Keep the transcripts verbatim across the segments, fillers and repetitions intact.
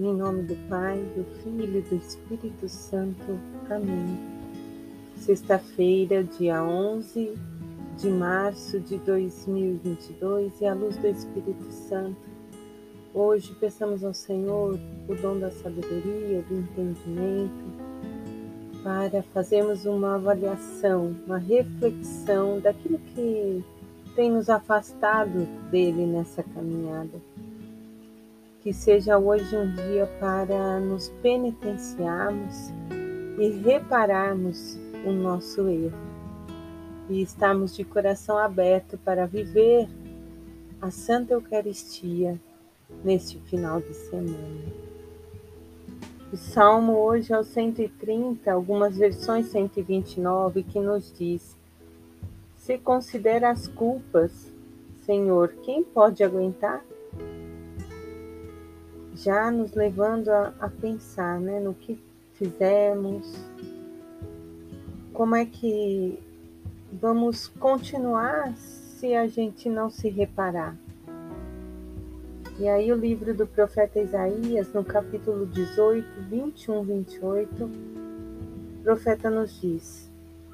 Em nome do Pai, do Filho e do Espírito Santo. Amém. Sexta-feira, dia onze de março de dois mil e vinte e dois, e à luz do Espírito Santo, hoje peçamos ao Senhor o dom da sabedoria, do entendimento, para fazermos uma avaliação, uma reflexão daquilo que tem nos afastado dele nessa caminhada. Que seja hoje um dia para nos penitenciarmos e repararmos o nosso erro. E estarmos de coração aberto para viver a Santa Eucaristia neste final de semana. O Salmo hoje é o cento e trinta, algumas versões cento e vinte e nove, que nos diz: se considera as culpas, Senhor, quem pode aguentar? Já nos levando a, a pensar, né, no que fizemos, como é que vamos continuar se a gente não se reparar. E aí o livro do profeta Isaías, no capítulo dezoito, vinte e um, vinte e oito, o profeta nos diz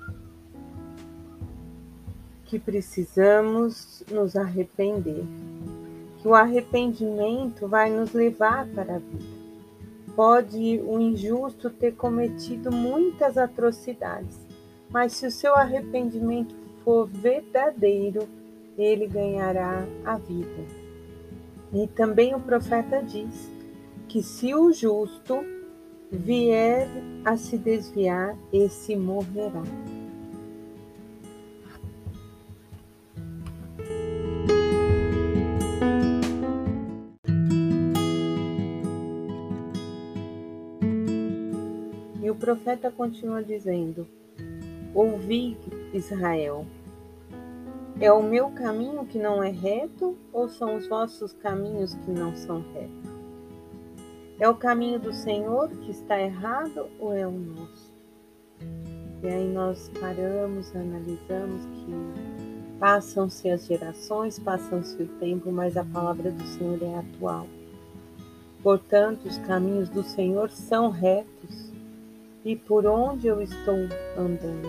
que precisamos nos arrepender, que o arrependimento vai nos levar para a vida. Pode o injusto ter cometido muitas atrocidades, mas se o seu arrependimento for verdadeiro, ele ganhará a vida. E também o profeta diz que se o justo vier a se desviar, esse morrerá. E o profeta continua dizendo: ouvi, Israel, é o meu caminho que não é reto, ou são os vossos caminhos que não são retos? É o caminho do Senhor que está errado, ou é o nosso? E aí nós paramos, analisamos que passam-se as gerações, passam-se o tempo, mas a palavra do Senhor é atual. Portanto, os caminhos do Senhor são retos. E por onde eu estou andando?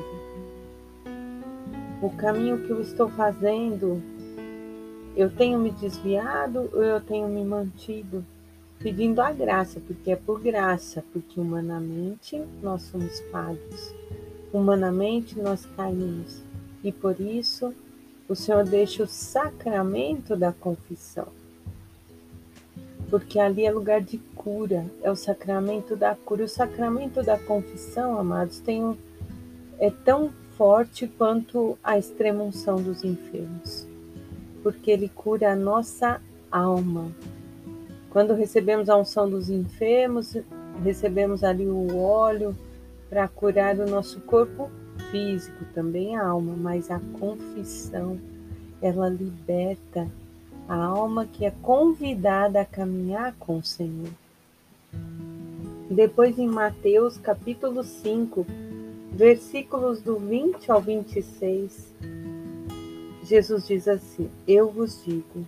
O caminho que eu estou fazendo, eu tenho me desviado ou eu tenho me mantido? Pedindo a graça, porque é por graça, porque humanamente nós somos falhos. Humanamente nós caímos. E por isso o Senhor deixa o sacramento da confissão. Porque ali é lugar de cura, é o sacramento da cura. O sacramento da confissão, amados, tem um, é tão forte quanto a extrema-unção dos enfermos, porque ele cura a nossa alma. Quando recebemos a unção dos enfermos, recebemos ali o óleo para curar o nosso corpo físico, também a alma, mas a confissão, ela liberta a alma que é convidada a caminhar com o Senhor. Depois em Mateus capítulo cinco, versículos do vinte ao vinte e seis, Jesus diz assim: eu vos digo,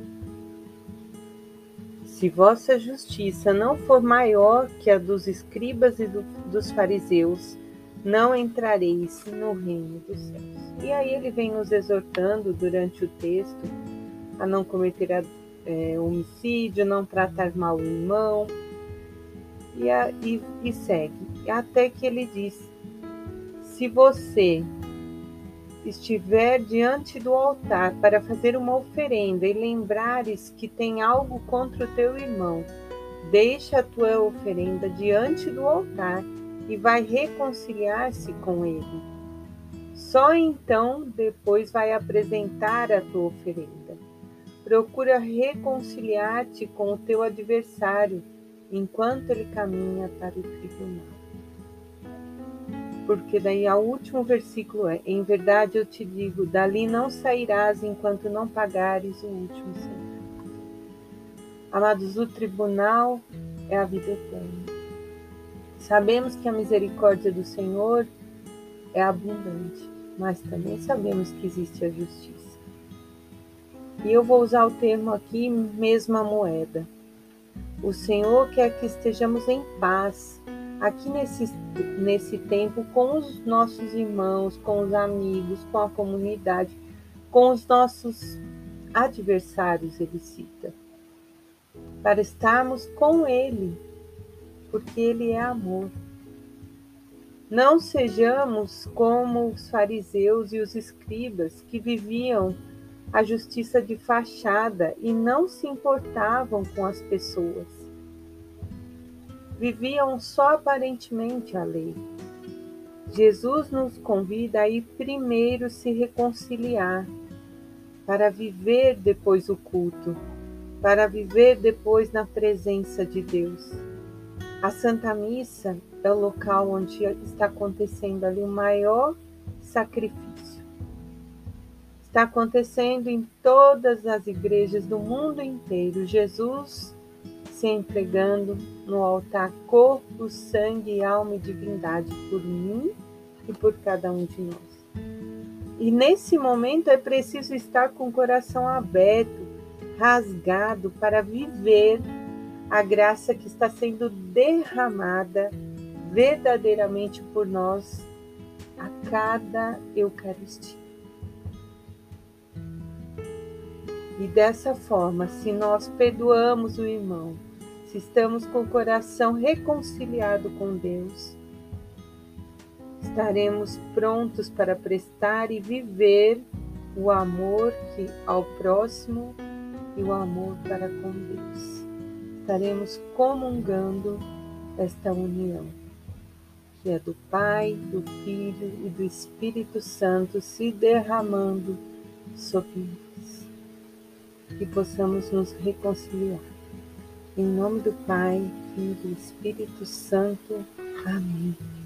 se vossa justiça não for maior que a dos escribas e do, dos fariseus, não entrareis no reino dos céus. E aí ele vem nos exortando durante o texto a não cometer é, homicídio, não tratar mal o irmão, e, a, e, e segue. Até que ele diz: se você estiver diante do altar para fazer uma oferenda e lembrares que tem algo contra o teu irmão, deixa a tua oferenda diante do altar e vai reconciliar-se com ele. Só então depois vai apresentar a tua oferenda. Procura reconciliar-te com o teu adversário enquanto ele caminha para o tribunal. Porque daí o último versículo é: em verdade eu te digo, dali não sairás enquanto não pagares o último centavo. Amados, o tribunal é a vida eterna. Sabemos que a misericórdia do Senhor é abundante, mas também sabemos que existe a justiça. E eu vou usar o termo aqui, mesma moeda. O Senhor quer que estejamos em paz aqui nesse, nesse tempo com os nossos irmãos, com os amigos, com a comunidade, com os nossos adversários, ele cita, para estarmos com Ele, porque Ele é amor. Não sejamos como os fariseus e os escribas que viviam a justiça de fachada e não se importavam com as pessoas. Viviam só aparentemente a lei. Jesus nos convida a ir primeiro se reconciliar, para viver depois o culto, para viver depois na presença de Deus. A Santa Missa é o local onde está acontecendo ali o maior sacrifício. Está acontecendo em todas as igrejas do mundo inteiro. Jesus se entregando no altar corpo, sangue, alma e divindade por mim e por cada um de nós. E nesse momento é preciso estar com o coração aberto, rasgado, para viver a graça que está sendo derramada verdadeiramente por nós a cada Eucaristia. E dessa forma, se nós perdoamos o irmão, se estamos com o coração reconciliado com Deus, estaremos prontos para prestar e viver o amor que ao próximo e o amor para com Deus. Estaremos comungando esta união, que é do Pai, do Filho e do Espírito Santo se derramando sobre nós. Que possamos nos reconciliar. Em nome do Pai, Filho e do Espírito Santo. Amém.